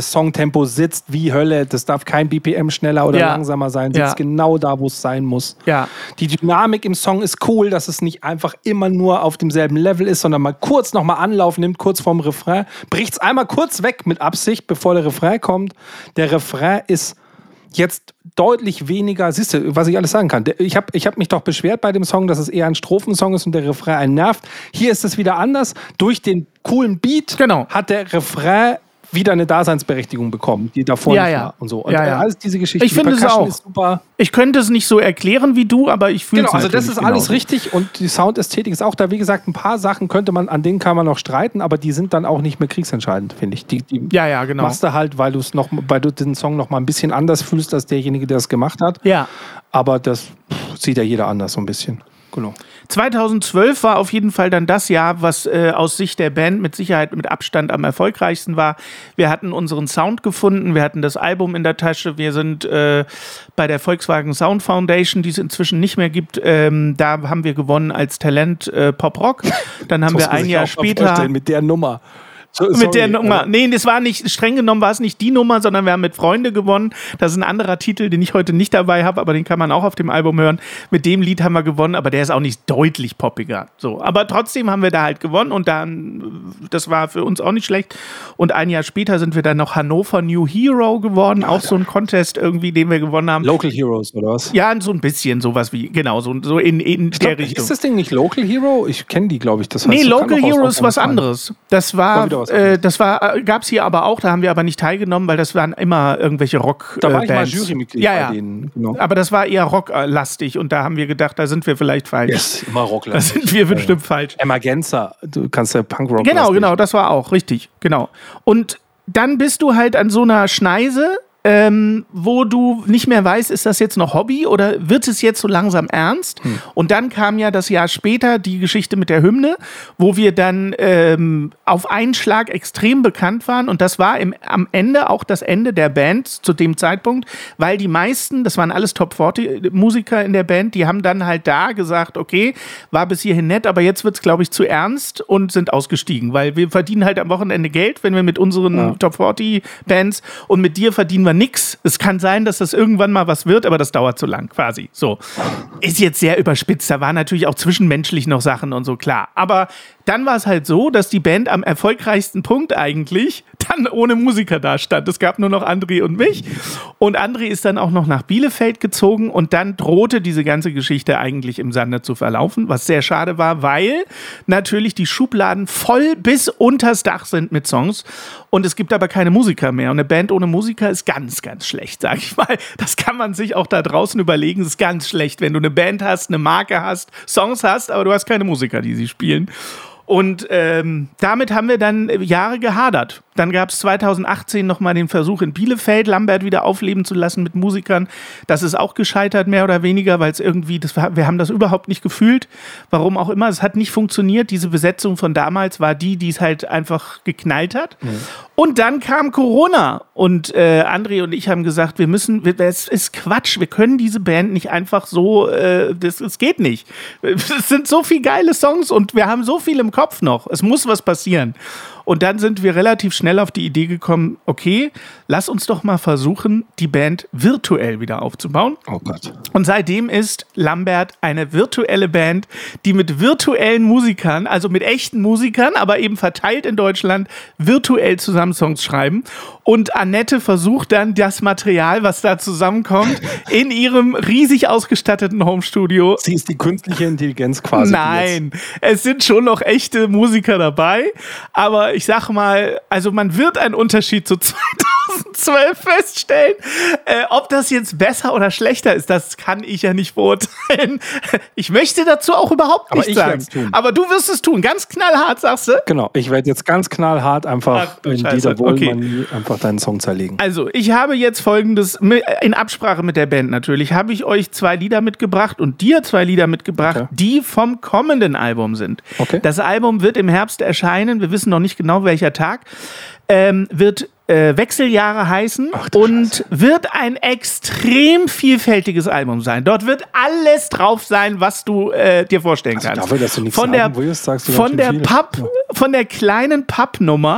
das Songtempo sitzt wie Hölle. Das darf kein B P M schneller oder Ja. langsamer sein. Sitzt Ja. genau da, wo es sein muss. Ja. Die Dynamik im Song ist cool, dass es nicht einfach immer nur auf demselben Level ist, sondern mal kurz nochmal Anlauf nimmt, kurz vorm Refrain. Bricht es einmal kurz weg mit Absicht, bevor der Refrain kommt. Der Refrain ist jetzt deutlich weniger, siehst du, was ich alles sagen kann. Ich habe ich hab mich doch beschwert bei dem Song, dass es eher ein Strophensong ist und der Refrain einen nervt. Hier ist es wieder anders. Durch den coolen Beat Genau. hat der Refrain wieder eine Daseinsberechtigung bekommen, die davor Ja, nicht ja. war. Und so. Und Ja, ja. alles diese Geschichte. Ich finde die es Percussion auch. ist super. Ich könnte es nicht so erklären wie du, aber ich fühle Genau, es also das natürlich ist alles genauso. richtig und die Soundästhetik ist auch da. Wie gesagt, ein paar Sachen könnte man, an denen kann man noch streiten, aber die sind dann auch nicht mehr kriegsentscheidend, finde ich. Die, die Ja, ja, genau. machst du halt, weil du es noch, weil du den Song noch mal ein bisschen anders fühlst als derjenige, der es gemacht hat. Ja. Aber das pff, sieht ja jeder anders so ein bisschen. Genau. zweitausendzwölf war auf jeden Fall dann das Jahr, was äh, aus Sicht der Band mit Sicherheit mit Abstand am erfolgreichsten war. Wir hatten unseren Sound gefunden, wir hatten das Album in der Tasche, wir sind äh, bei der Volkswagen Sound Foundation, die es inzwischen nicht mehr gibt, ähm, da haben wir gewonnen als Talent äh, Pop-Rock. Dann haben Das wir muss man ein sich Jahr auch mal später... vorstellen, mit der Nummer. So, Mit sorry, der Nummer. also- Nee, das war nicht, streng genommen war es nicht die Nummer, sondern wir haben mit Freunde gewonnen. Das ist ein anderer Titel, den ich heute nicht dabei habe, aber den kann man auch auf dem Album hören. Mit dem Lied haben wir gewonnen, aber der ist auch nicht deutlich poppiger. So, aber trotzdem haben wir da halt gewonnen und dann, das war für uns auch nicht schlecht. Und ein Jahr später sind wir dann noch Hannover New Hero geworden, auch so ein Contest irgendwie, den wir gewonnen haben. Local Heroes, oder was? Ja, so ein bisschen sowas wie, genau, so, so in, in der Richtung. Ist das Ding nicht Local Hero? Ich kenne die, glaube ich. Das heißt, Nee, das kann Local doch aus Hero ist was Ausland sein. anderes. Das War war, wieder was äh, anderes. das war, äh, gab's hier aber auch, da haben wir aber nicht teilgenommen, weil das waren immer irgendwelche Rock Da war äh, ich mal Bands. Jurymitglied ja, bei ja. denen. Genau. Aber das war eher rocklastig und da haben wir gedacht, da sind wir vielleicht falsch. Yes, immer Da Rockland. sind wir bestimmt falsch. Emergenza, du kannst ja Punkrock. Genau, lastig. genau, das war auch, richtig, genau. Und dann bist du halt an so einer Schneise, ähm, wo du nicht mehr weißt, ist das jetzt noch Hobby oder wird es jetzt so langsam ernst? Hm. Und dann kam ja das Jahr später die Geschichte mit der Hymne, wo wir dann ähm, auf einen Schlag extrem bekannt waren und das war im, am Ende auch das Ende der Band zu dem Zeitpunkt, weil die meisten, das waren alles Top vierzig Musiker in der Band, die haben dann halt da gesagt, okay, war bis hierhin nett, aber jetzt wird es, glaube ich, zu ernst und sind ausgestiegen, weil wir verdienen halt am Wochenende Geld, wenn wir mit unseren Ja. Top vierzig Bands und mit dir verdienen wir nix. Es kann sein, dass das irgendwann mal was wird, aber das dauert zu lang quasi. So. Ist jetzt sehr überspitzt. Da waren natürlich auch zwischenmenschlich noch Sachen und so, klar. Aber dann war es halt so, dass die Band am erfolgreichsten Punkt eigentlich dann ohne Musiker da stand. Es gab nur noch André und mich. Und André ist dann auch noch nach Bielefeld gezogen und dann drohte diese ganze Geschichte eigentlich im Sande zu verlaufen, was sehr schade war, weil natürlich die Schubladen voll bis unters Dach sind mit Songs und es gibt aber keine Musiker mehr. Und eine Band ohne Musiker ist ganz, ganz schlecht, sag ich mal. Das kann man sich auch da draußen überlegen. Es ist ganz schlecht, wenn du eine Band hast, eine Marke hast, Songs hast, aber du hast keine Musiker, die sie spielen. Und ähm, damit haben wir dann Jahre gehadert. Dann gab es zweitausendachtzehn nochmal den Versuch in Bielefeld, Lambert wieder aufleben zu lassen mit Musikern. Das ist auch gescheitert, mehr oder weniger, weil es irgendwie, das war, wir haben das überhaupt nicht gefühlt. Warum auch immer, es hat nicht funktioniert. Diese Besetzung von damals war die, die es halt einfach geknallt hat. Mhm. Und dann kam Corona und äh, André und ich haben gesagt, wir müssen, es ist Quatsch, wir können diese Band nicht einfach so, äh, das, das geht nicht. Es sind so viele geile Songs und wir haben so viel im Kopf noch. Es muss was passieren. Und dann sind wir relativ schnell auf die Idee gekommen, okay, lass uns doch mal versuchen, die Band virtuell wieder aufzubauen. Oh Gott. Und seitdem ist Lambert eine virtuelle Band, die mit virtuellen Musikern, also mit echten Musikern, aber eben verteilt in Deutschland, virtuell zusammen Songs schreiben. Und Annette versucht dann das Material, was da zusammenkommt, in ihrem riesig ausgestatteten Homestudio. Sie ist die künstliche Intelligenz quasi. Nein, es sind schon noch echte Musiker dabei, aber ich sag mal, also man wird einen Unterschied zu zweitausendzwölf feststellen. Äh, ob das jetzt besser oder schlechter ist, das kann ich ja nicht beurteilen. Ich möchte dazu auch überhaupt Aber nichts ich sagen. werd's tun. Aber du wirst es tun, ganz knallhart, sagst du? Genau, ich werde jetzt ganz knallhart einfach Ach du in Scheiße, dieser Wohlmanie okay. einfach deinen Song zerlegen. Also, ich habe jetzt folgendes, in Absprache mit der Band natürlich, habe ich euch zwei Lieder mitgebracht und dir zwei Lieder mitgebracht, Okay. die vom kommenden Album sind. Okay. Das Album wird im Herbst erscheinen, wir wissen noch nicht genau welcher Tag, ähm, wird äh, Wechseljahre heißen Ach du und Scheiße. wird ein extrem vielfältiges Album sein. Dort wird alles drauf sein, was du äh, dir vorstellen Also kannst. dafür, dass du nichts von sagen der, willst, sagst du von ganz der schön viel. Papp, von der kleinen Pappnummer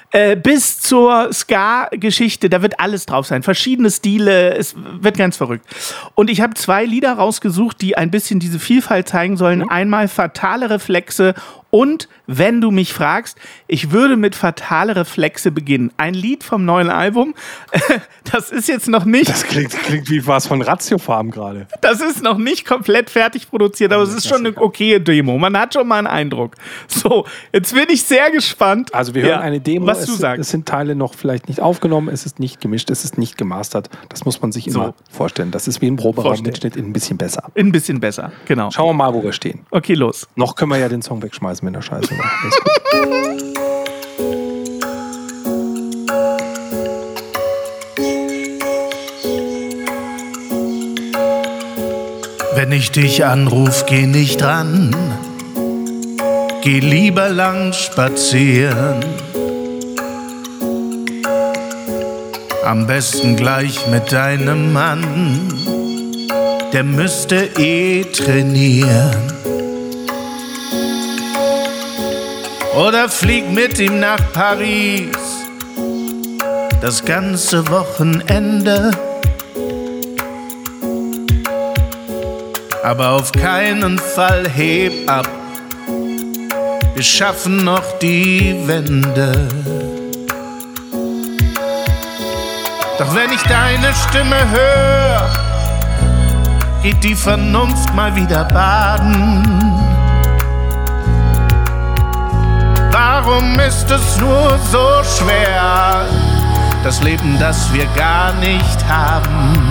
äh, bis zur Ska-Geschichte, da wird alles drauf sein. Verschiedene Stile, es wird ganz verrückt. Und ich habe zwei Lieder rausgesucht, die ein bisschen diese Vielfalt zeigen sollen. Einmal Fatale Reflexe und Wenn du mich fragst, ich würde mit Fatale Reflexe beginnen. Ein Lied vom neuen Album. Das ist jetzt noch nicht. Das klingt, klingt wie was von Ratiofarm gerade. Das ist noch nicht komplett fertig produziert, aber es ist schon eine okaye Demo. Man hat schon mal einen Eindruck. So, jetzt bin ich sehr gespannt. Also wir hören ja, eine Demo. was du es, sagst. Es sind Teile noch vielleicht nicht aufgenommen, es ist nicht gemischt, es ist nicht gemastert. Das muss man sich immer So. vorstellen. Das ist wie ein Proberaum Vorstellen. mit Schnitt ein bisschen besser. Ein bisschen besser, genau. Schauen wir mal, wo wir stehen. Okay, los. Noch können wir ja den Song wegschmeißen, wenn er scheiße war. Alles gut. Wenn ich dich anruf, geh nicht ran. Geh lieber lang spazieren. Am besten gleich mit deinem Mann. Der müsste eh trainieren. Oder flieg mit ihm nach Paris. Das ganze Wochenende. Aber auf keinen Fall heb ab. Wir schaffen noch die Wende. Doch wenn ich deine Stimme höre, geht die Vernunft mal wieder baden. Warum ist es nur so schwer, das Leben, das wir gar nicht haben?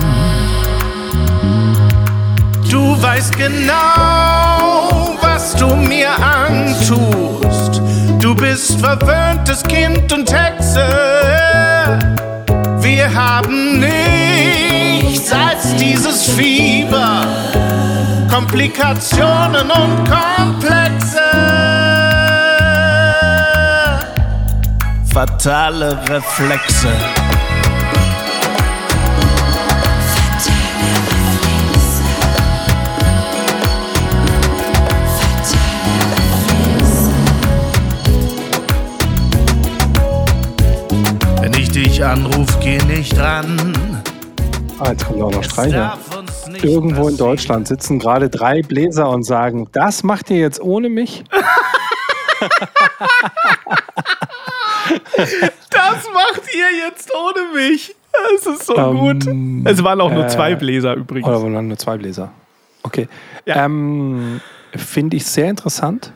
Du weißt genau, was du mir antust. Du bist verwöhntes Kind und Hexe. Wir haben nichts als dieses Fieber, Komplikationen und Komplexe. Fatale Reflexe. Wenn ich dich anruf, geh nicht ran. Ah, jetzt kommt auch noch Es Streicher. darf uns nicht Irgendwo in passieren. Deutschland sitzen gerade drei Bläser und sagen, das macht ihr jetzt ohne mich? Das macht ihr jetzt ohne mich. Es ist so Ähm, gut. Es waren auch nur äh, zwei Bläser übrigens. Oder waren nur zwei Bläser? Okay. Ja. Ähm, Finde ich sehr interessant.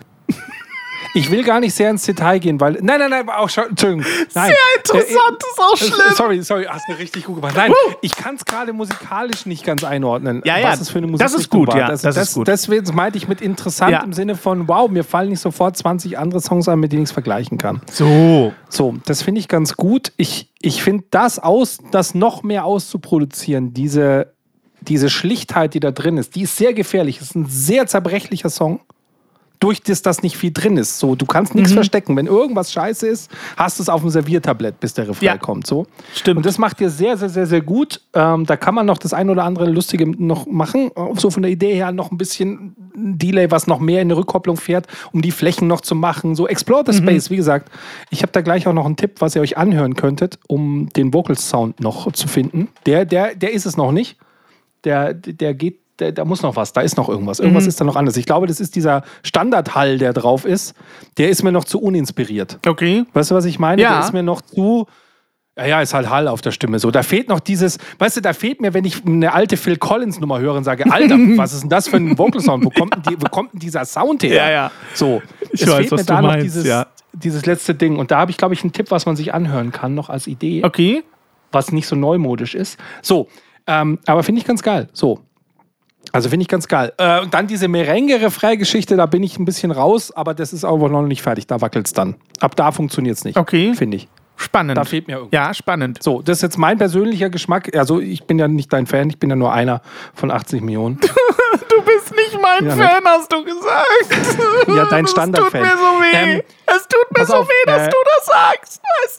Ich will gar nicht sehr ins Detail gehen, weil. Nein, nein, nein, auch schon. Entschuldigung. Nein. Sehr interessant, ist auch Äh, schlimm. Sorry, sorry, hast du richtig gut gemacht. Nein, ich kann es gerade musikalisch nicht ganz einordnen. Ja, ja, was es für eine das ist Musikrichtung gut, war. ja, Das, das das, ist gut. Deswegen meinte ich mit interessant Ja. im Sinne von, wow, mir fallen nicht sofort zwanzig andere Songs an, mit denen ich es vergleichen kann. So. So, das finde ich ganz gut. Ich, ich finde das aus, das noch mehr auszuproduzieren, diese, diese Schlichtheit, die da drin ist, die ist sehr gefährlich. Es ist ein sehr zerbrechlicher Song. Durch das, dass nicht viel drin ist. So, du kannst nichts Mhm. verstecken. Wenn irgendwas scheiße ist, hast du es auf dem Serviertablett, bis der Refrain Ja. kommt. So. Stimmt. Und das macht dir sehr, sehr, sehr, sehr gut. Ähm, da kann man noch das ein oder andere Lustige noch machen. So von der Idee her noch ein bisschen ein Delay, was noch mehr in eine Rückkopplung fährt, um die Flächen noch zu machen. So Explore the Space, wie gesagt. Ich habe da gleich auch noch einen Tipp, was ihr euch anhören könntet, um den Vocal Sound noch zu finden. Der, der, der ist es noch nicht. Der, der geht Da, da muss noch was, da ist noch irgendwas. Irgendwas Mhm. ist da noch anders. Ich glaube, das ist dieser Standardhall, der drauf ist. Der ist mir noch zu uninspiriert. Okay. Weißt du, was ich meine? Ja. Der ist mir noch zu. Ja, ja, ist halt Hall auf der Stimme. So, da fehlt noch dieses. Weißt du, da fehlt mir, wenn ich eine alte Phil Collins-Nummer höre und sage: Alter, was ist denn das für ein Vocal-Sound? Wo kommt denn, die, wo kommt denn dieser Sound her? Ja, ja. So, Ich es weiß, fehlt was mir du da noch meinst, dieses, ja. dieses letzte Ding. Und da habe ich, glaube ich, einen Tipp, was man sich anhören kann, noch als Idee, Okay. was nicht so neumodisch ist. So, ähm, aber finde ich ganz geil. So. Also finde ich ganz geil. Äh, und dann diese Merengue-Refrain-Geschichte, da bin ich ein bisschen raus, aber das ist aber noch nicht fertig. Da wackelt es dann. Ab da funktioniert es nicht. Okay. Finde ich. Spannend. Da fehlt mir irgendwas. Ja, spannend. So, das ist jetzt mein persönlicher Geschmack. Also ich bin ja nicht dein Fan, ich bin ja nur einer von achtzig Millionen. Du bist nicht mein Ja, Fan, hast du gesagt. Ja, dein Es Standardfan. tut mir so weh. Ähm, es tut mir pass so auf, weh, dass äh, du das sagst. Weißt du?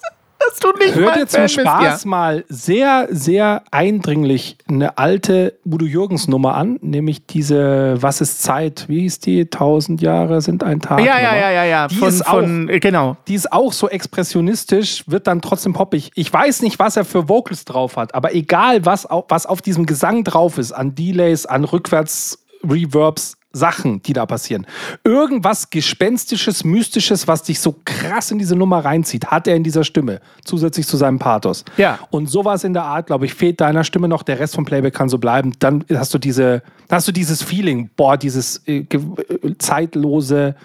dass du nicht Hör mal dir zum Fan bist. Spaß Ja. mal sehr, sehr eindringlich eine alte Udo Jürgens Nummer an, nämlich diese Was ist Zeit? Wie hieß die? Tausend Jahre sind ein Tag. Ja, ja, Nummer. ja, ja, ja. Die Von, ist auch, von, äh, genau. die ist auch so expressionistisch, wird dann trotzdem poppig. Ich weiß nicht, was er für Vocals drauf hat, aber egal, was auf, was auf diesem Gesang drauf ist, an Delays, an Rückwärts-Reverbs, Sachen, die da passieren. Irgendwas Gespenstisches, Mystisches, was dich so krass in diese Nummer reinzieht, hat er in dieser Stimme, zusätzlich zu seinem Pathos. Ja. Und sowas in der Art, glaube ich, fehlt deiner Stimme noch, der Rest vom Playback kann so bleiben. Dann hast du diese, hast du dieses Feeling, boah, dieses äh, ge- äh, zeitlose,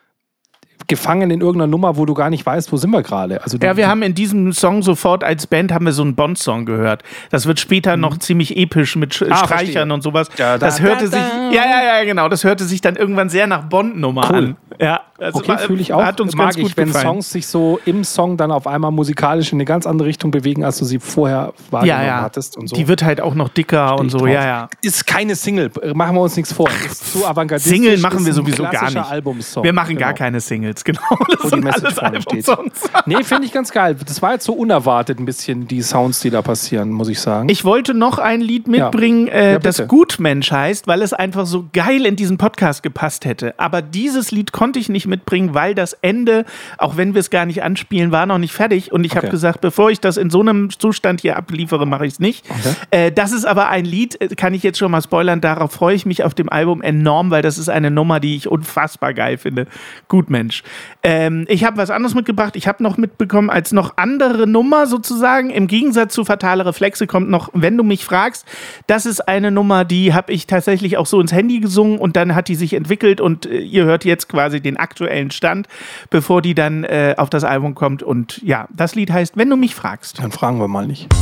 gefangen in irgendeiner Nummer, wo du gar nicht weißt, wo sind wir gerade. Also Ja, wir haben in diesem Song sofort als Band haben wir so einen Bond-Song gehört. Das wird später noch ziemlich episch mit Sch- Ah, Streichern verstehe. und sowas. Ja, da, das hörte da, sich, da. ja, ja, ja, genau. Das hörte sich dann irgendwann sehr nach Bond-Nummer Cool. an. Ja, also Okay, war- fühle ich auch. Hat uns Mag ganz gut ich, wenn gefallen. Songs sich so im Song dann auf einmal musikalisch in eine ganz andere Richtung bewegen, als du sie vorher wahrgenommen ja, ja. hattest und so. Die wird halt auch noch dicker und so. drauf. Ja, ja. Ist keine Single, machen wir uns nichts vor. Ist zu avantgardistisch. Single machen wir ist ein sowieso gar klassischer nicht. Albumsong. Wir machen gar Genau. keine Singles, genau. Das Wo die sind Message alles vorne steht. Albumsongs. Nee, finde ich ganz geil. Das war jetzt so unerwartet ein bisschen, die Sounds, die da passieren, muss ich sagen. Ich wollte noch ein Lied mitbringen, äh, Ja, das bitte. Gutmensch heißt, weil es einfach so geil in diesen Podcast gepasst hätte. Aber dieses Lied konnte ich nicht mitbringen, weil das Ende, auch wenn wir es gar nicht anspielen, war noch nicht fertig. Und ich habe Okay. gesagt, bevor ich das in so einem Zustand hier abliefere, mache ich es nicht. Okay. Äh, das ist aber ein Lied, äh, kann ich jetzt schon mal spoilern, darauf freue ich mich auf dem Album enorm, weil das ist eine Nummer, die ich unfassbar geil finde. Gutmensch. Ähm, ich habe was anderes mitgebracht. Ich habe noch mitbekommen, als noch andere Nummer sozusagen, im Gegensatz zu Fatale Reflexe kommt noch, wenn du mich fragst, das ist eine Nummer, die habe ich tatsächlich auch so ins Handy gesungen und dann hat die sich entwickelt und äh, ihr hört jetzt quasi den aktuellen Stand, bevor die dann äh, auf das Album kommt. Und ja, das Lied heißt, wenn du mich fragst. Dann fragen wir mal nicht.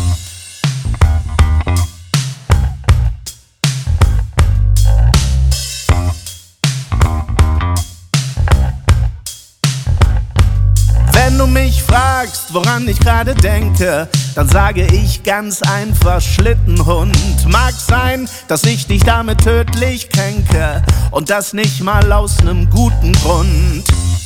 Wenn du mich fragst, woran ich gerade denke, dann sage ich ganz einfach Schlittenhund. Mag sein, dass ich dich damit tödlich kränke und das nicht mal aus nem guten Grund.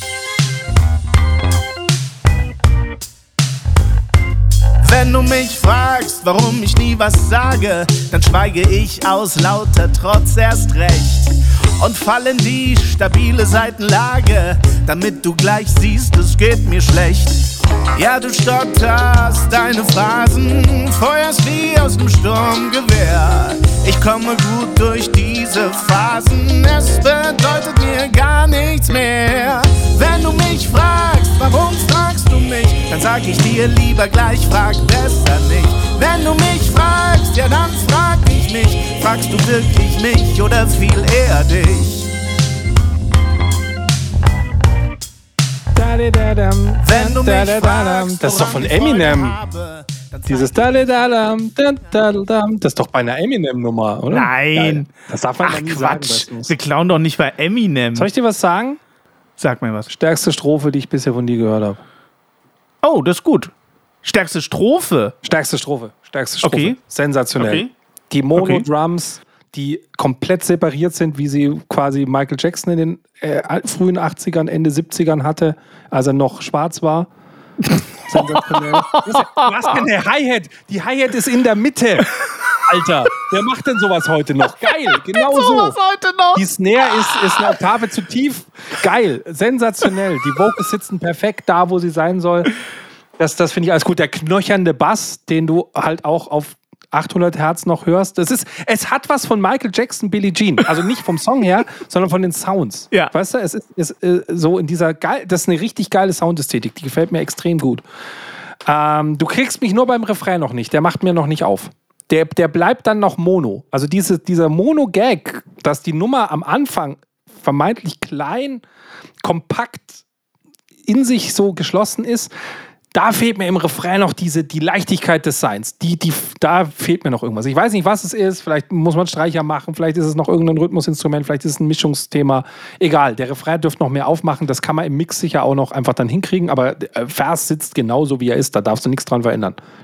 Wenn du mich fragst, warum ich nie was sage, dann schweige ich aus lauter Trotz erst recht und fall in die stabile Seitenlage, damit du gleich siehst, es geht mir schlecht. Ja, du stotterst deine Phrasen, feuerst wie aus dem Sturmgewehr. Ich komme gut durch diese Phasen, es bedeutet mir gar nichts mehr. Wenn du mich fragst, warum fragst du mich, dann sag ich dir lieber gleich, frag besser nicht. Wenn du mich fragst, ja dann frag ich mich, fragst du wirklich mich oder viel eher dich? Wenn du mich fragst, Das ist doch woran von ich Freude Eminem. habe, dann sag Dieses ich Dadadadam, dadadadam. Das ist doch bei einer Eminem-Nummer, oder? Nein. Geil. Das darf man Ach doch nie sagen. Quatsch, weißt du. wir klauen doch nicht bei Eminem. Soll ich dir was sagen? Sag mir was. Stärkste Strophe, die ich bisher von dir gehört habe. Oh, das ist gut. Stärkste Strophe. Stärkste Strophe. Stärkste Strophe. Okay. Sensationell. Okay. Die Mono-Drums, die komplett separiert sind, wie sie quasi Michael Jackson in den äh, frühen achtzigern, Ende siebzigern hatte, als er noch schwarz war. Sensationell. Was, was denn der Hi-Hat? Die Hi-Hat ist in der Mitte. Alter, wer macht denn sowas heute noch? Geil, genau so. heute noch. Die Snare ist, ist eine Oktave zu tief. Geil, sensationell. Die Vocals sitzen perfekt da, wo sie sein soll. Das, das finde ich alles gut. Der knöchernde Bass, den du halt auch auf achthundert Hertz noch hörst. Das ist, es hat was von Michael Jackson, Billie Jean. Also nicht vom Song her, sondern von den Sounds. Ja. Weißt du, es ist, ist äh, so in dieser geil, das ist eine richtig geile Soundästhetik. Die gefällt mir extrem gut. Ähm, du kriegst mich nur beim Refrain noch nicht. Der macht mir noch nicht auf. Der, der bleibt dann noch Mono. Also diese, dieser Mono-Gag, dass die Nummer am Anfang vermeintlich klein, kompakt in sich so geschlossen ist, da fehlt mir im Refrain noch diese, die Leichtigkeit des Seins. Die, die, da fehlt mir noch irgendwas. Ich weiß nicht, was es ist. Vielleicht muss man Streicher machen. Vielleicht ist es noch irgendein Rhythmusinstrument. Vielleicht ist es ein Mischungsthema. Egal, der Refrain dürfte noch mehr aufmachen. Das kann man im Mix sicher auch noch einfach dann hinkriegen. Aber der Vers sitzt genauso, wie er ist. Da darfst du nichts dran verändern.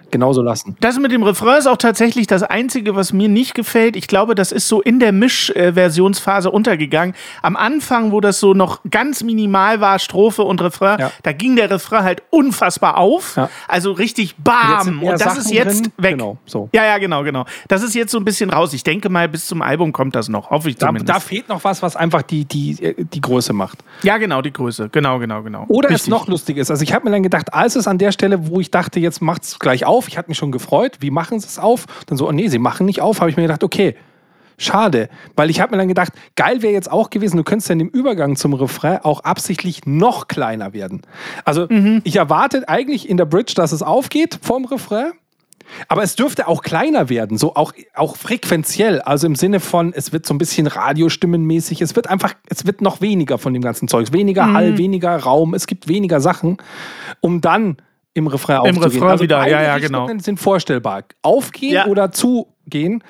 genauso lassen. Das mit dem Refrain ist auch tatsächlich das Einzige, was mir nicht gefällt. Ich glaube, das ist so in der Mischversionsphase untergegangen. Am Anfang, wo das so noch ganz minimal war, Strophe und Refrain, Ja. da ging der Refrain halt unfassbar auf. Ja. Also richtig Jetzt bam. sind mehr Und das Sachen ist jetzt drin. weg. Genau, so. Ja, ja, genau, genau. Das ist jetzt so ein bisschen raus. Ich denke mal, bis zum Album kommt das noch. Hoffe ich Da, zumindest. da fehlt noch was, was einfach die, die, die Größe macht. ja, genau, die Größe. Genau, genau, genau. Oder es Richtig. noch lustig ist. Also ich habe mir dann gedacht, als es an der Stelle, wo ich dachte, jetzt macht es gleich auf, ich hatte mich schon gefreut, wie machen sie es auf? Dann so, oh nee, sie machen nicht auf, habe ich mir gedacht, okay, schade. Weil ich habe mir dann gedacht, geil wäre jetzt auch gewesen, du könntest dann im Übergang zum Refrain auch absichtlich noch kleiner werden. Also Mhm. ich erwarte eigentlich in der Bridge, dass es aufgeht vom Refrain. Aber es dürfte auch kleiner werden, so auch, auch frequenziell, also im Sinne von, es wird so ein bisschen radiostimmenmäßig, es wird einfach, es wird noch weniger von dem ganzen Zeugs, weniger Mhm. Hall, weniger Raum, es gibt weniger Sachen, um dann im Refrain Im aufzugehen. Refrain wieder, beide ja, ja, Richtungen genau. sind vorstellbar. Aufgehen Ja. oder zugehen,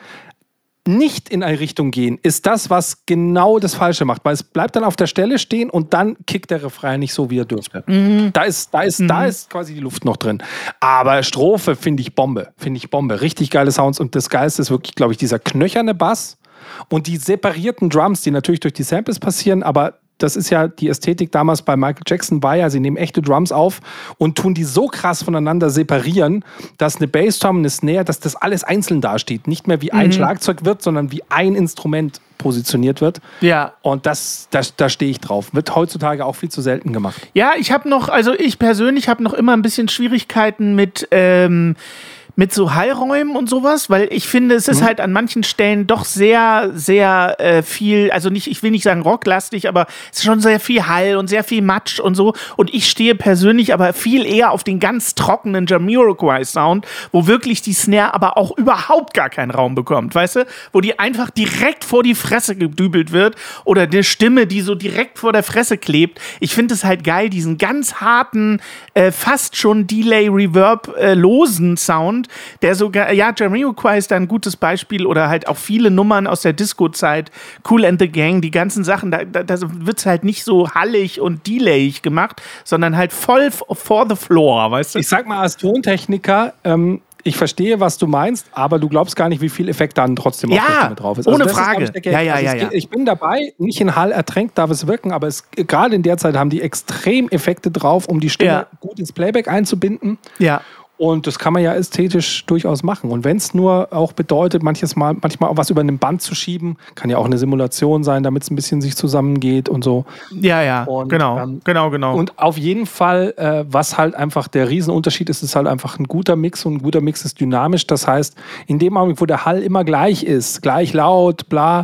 nicht in eine Richtung gehen, ist das, was genau das Falsche macht, weil es bleibt dann auf der Stelle stehen und dann kickt der Refrain nicht so, wie er dürfte. Mhm. Da ist, da ist, da ist quasi die Luft noch drin. Aber Strophe finde ich Bombe, finde ich Bombe. Richtig geile Sounds und das Geilste ist wirklich, glaube ich, dieser knöcherne Bass und die separierten Drums, die natürlich durch die Samples passieren, aber das ist ja die Ästhetik damals bei Michael Jackson, war ja, sie nehmen echte Drums auf und tun die so krass voneinander separieren, dass eine Bassdrum, eine Snare, dass das alles einzeln dasteht. Nicht mehr wie ein Schlagzeug wird, sondern wie ein Instrument positioniert wird. Ja. Und das, das, da stehe ich drauf. Wird heutzutage auch viel zu selten gemacht. Ja, ich habe noch, also ich persönlich habe noch immer ein bisschen Schwierigkeiten mit, ähm, mit so Hallräumen und sowas, weil ich finde, es ist halt an manchen Stellen doch sehr, sehr äh, viel, also nicht, ich will nicht sagen rocklastig, aber es ist schon sehr viel Hall und sehr viel Matsch und so. Und ich stehe persönlich aber viel eher auf den ganz trockenen Jamiroquai-Sound, wo wirklich die Snare aber auch überhaupt gar keinen Raum bekommt, weißt du? Wo die einfach direkt vor die Fresse gedübelt wird oder eine Stimme, die so direkt vor der Fresse klebt. Ich finde es halt geil, diesen ganz harten, äh, fast schon Delay-Reverb-losen Sound, der sogar, ja, Jamiroquai ist da ein gutes Beispiel oder halt auch viele Nummern aus der Disco-Zeit, Kool and the Gang, die ganzen Sachen, da, da, da wird es halt nicht so hallig und delayig gemacht, sondern halt voll f- for the floor, weißt du? Ich sag mal als Tontechniker, ähm, ich verstehe, was du meinst, aber du glaubst gar nicht, wie viel Effekt dann trotzdem Ja, auch damit drauf ist. ohne das Frage. Ist, glaub ich, der Ja, Gag. ja, also ja, es ja. geht, ich bin dabei, nicht in Hall ertränkt darf es wirken, aber es, gerade in der Zeit haben die extrem Effekte drauf, um die Stimme Ja. gut ins Playback einzubinden. Ja. Und das kann man ja ästhetisch durchaus machen. Und wenn es nur auch bedeutet, manches Mal, manchmal auch was über einen Band zu schieben, kann ja auch eine Simulation sein, damit es ein bisschen sich zusammengeht und so. Ja, ja, Und, genau, ähm, genau, genau. Und auf jeden Fall, äh, was halt einfach der Riesenunterschied ist, ist halt einfach ein guter Mix und ein guter Mix ist dynamisch. Das heißt, in dem Augenblick, wo der Hall immer gleich ist, gleich laut, bla,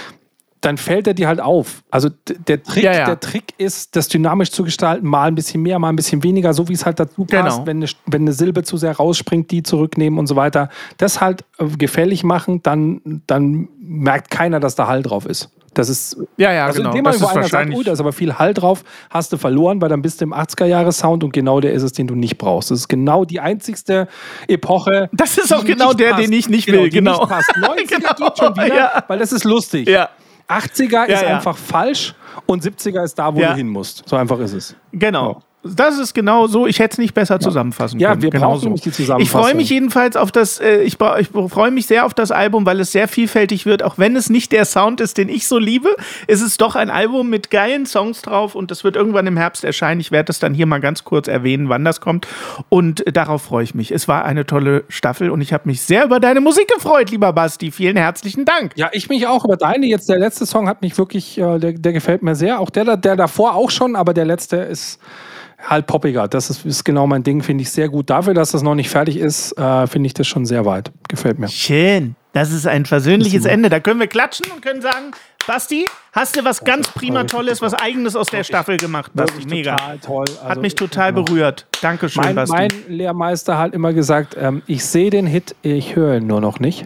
dann fällt er dir halt auf. Also d- der Trick, Ja, ja. der Trick ist, das dynamisch zu gestalten, mal ein bisschen mehr, mal ein bisschen weniger, so wie es halt dazu passt. Genau. Wenn, eine, wenn eine Silbe zu sehr rausspringt, die zurücknehmen und so weiter. Das halt äh, gefällig machen, dann, dann merkt keiner, dass da Hall drauf ist. Das ist, Ja, ja, also genau. in dem Das Moment, wo ist einer sagt, wahrscheinlich- oh, da ist aber viel Hall drauf, hast du verloren, weil dann bist du im achtziger-Jahre-Sound und genau der ist es, den du nicht brauchst. Das ist genau die einzigste Epoche. Das ist auch die genau nicht der, passt. den ich nicht will, die genau. Nicht passt. neunziger Genau, geht schon wieder, ja. weil das ist lustig. Ja. achtziger Ja, ist ja. einfach falsch und siebziger ist da, wo Ja. du hin musst. So einfach ist es. Genau. Das ist genau so. Ich hätte es nicht besser zusammenfassen Ja, können. wir genau brauchen so. nämlich die Ich Zusammenfassung. freue mich jedenfalls auf das, äh, ich, bra- ich freue mich sehr auf das Album, weil es sehr vielfältig wird. Auch wenn es nicht der Sound ist, den ich so liebe, ist es doch ein Album mit geilen Songs drauf und das wird irgendwann im Herbst erscheinen. Ich werde das dann hier mal ganz kurz erwähnen, wann das kommt. Und äh, darauf freue ich mich. Es war eine tolle Staffel und ich habe mich sehr über deine Musik gefreut, lieber Basti. Vielen herzlichen Dank. Ja, ich mich auch über deine. Jetzt der letzte Song hat mich wirklich, äh, der, der gefällt mir sehr. Auch der, der davor auch schon, aber der letzte ist halt poppiger. Das ist, ist genau mein Ding, finde ich sehr gut. Dafür, dass das noch nicht fertig ist, äh, finde ich das schon sehr weit. Gefällt mir. Schön. Das ist ein versöhnliches Ende. Da können wir klatschen und können sagen, Basti, hast du was ganz prima richtig Tolles, was Eigenes aus der Staffel gemacht, Basti? Wirklich Mega. total toll. Hat Also, mich total berührt. Dankeschön, Mein, Basti. mein Lehrmeister hat immer gesagt, ähm, ich sehe den Hit, ich höre ihn nur noch nicht.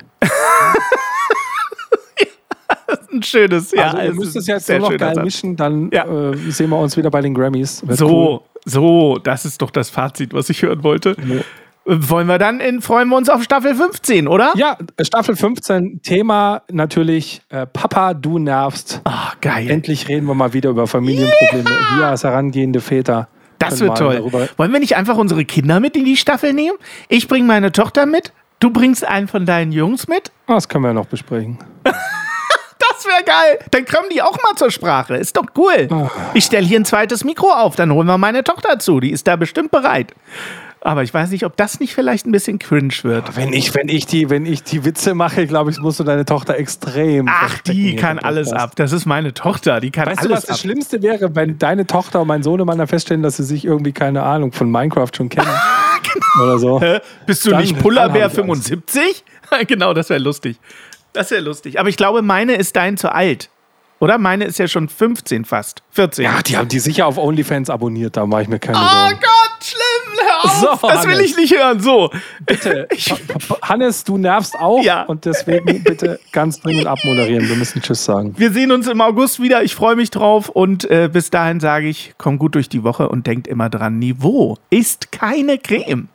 Ein schönes, ja. also ihr es müsst ist es jetzt sehr nur noch schöner geil Satz. mischen, dann Ja. äh, sehen wir uns wieder bei den Grammys. Wird So, cool. so, das ist doch das Fazit, was ich hören wollte. Äh, Wollen wir dann in, freuen wir uns auf Staffel fünfzehn, oder? Ja, Staffel fünfzehn, Thema natürlich äh, Papa, du nervst. Ah, geil. Endlich reden wir mal wieder über Familienprobleme. Wir als herangehende Väter. Das Können wird wir toll. darüber- Wollen wir nicht einfach unsere Kinder mit in die Staffel nehmen? Ich bringe meine Tochter mit, du bringst einen von deinen Jungs mit. Ah, das können wir noch besprechen. Das wäre geil. Dann kommen die auch mal zur Sprache. Ist doch cool. Oh. Ich stelle hier ein zweites Mikro auf, dann holen wir meine Tochter zu. Die ist da bestimmt bereit. Aber ich weiß nicht, ob das nicht vielleicht ein bisschen cringe wird. Wenn ich, wenn ich, die, wenn ich die Witze mache, glaube ich, musst du deine Tochter extrem. Ach, verstecken die hier kann im alles Podcast. ab. Das ist meine Tochter. Die kann Weißt du, alles was das ab. Schlimmste wäre, wenn deine Tochter und mein Sohnemann dann feststellen, dass sie sich irgendwie, keine Ahnung, von Minecraft schon kennen? Oder so. Hä? Bist du Dann- nicht dann Pullabär hab ich Angst. fünfundsiebzig? Genau, das wäre lustig. Das wäre lustig. Aber ich glaube, meine ist dein zu alt. Oder? Meine ist ja schon fünfzehn fast. vierzehn. Ja, die haben die sicher auf OnlyFans abonniert, da mache ich mir keine Oh Sorgen. Gott, schlimm. Hör auf. So, das will Hannes. ich nicht hören. So. Bitte, Ich, Hannes, du nervst auch Ja. und deswegen bitte ganz dringend abmoderieren. Wir müssen Tschüss sagen. wir sehen uns im August wieder. Ich freue mich drauf. Und äh, bis dahin sage ich, komm gut durch die Woche und denkt immer dran, Niveau ist keine Creme.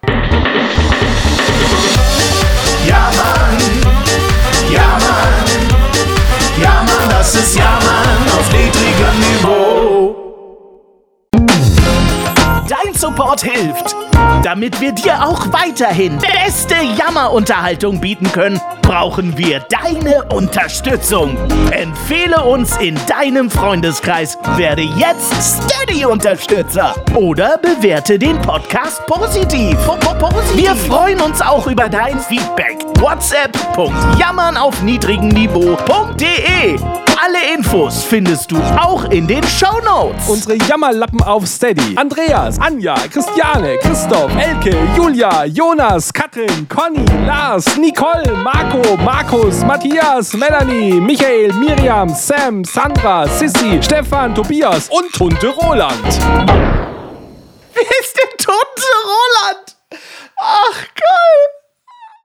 Ja, Mann. Ja, Mann. Ja, Mann, das ist Ja, Mann auf niedrigem Niveau. Dein Support hilft. Damit wir dir auch weiterhin beste Jammerunterhaltung bieten können, brauchen wir deine Unterstützung. Empfehle uns in deinem Freundeskreis, werde jetzt Steady-Unterstützer oder bewerte den Podcast positiv. Wir freuen uns auch über dein Feedback. WhatsApp punkt jammern auf niedrigem Niveau punkt de. Alle Infos findest du auch in den Shownotes. Unsere Jammerlappen auf Steady. Andreas, Anja, Christiane, Christoph, Elke, Julia, Jonas, Katrin, Conny, Lars, Nicole, Marco, Markus, Matthias, Melanie, Michael, Miriam, Sam, Sandra, Sissi, Stefan, Tobias und Tunte Roland.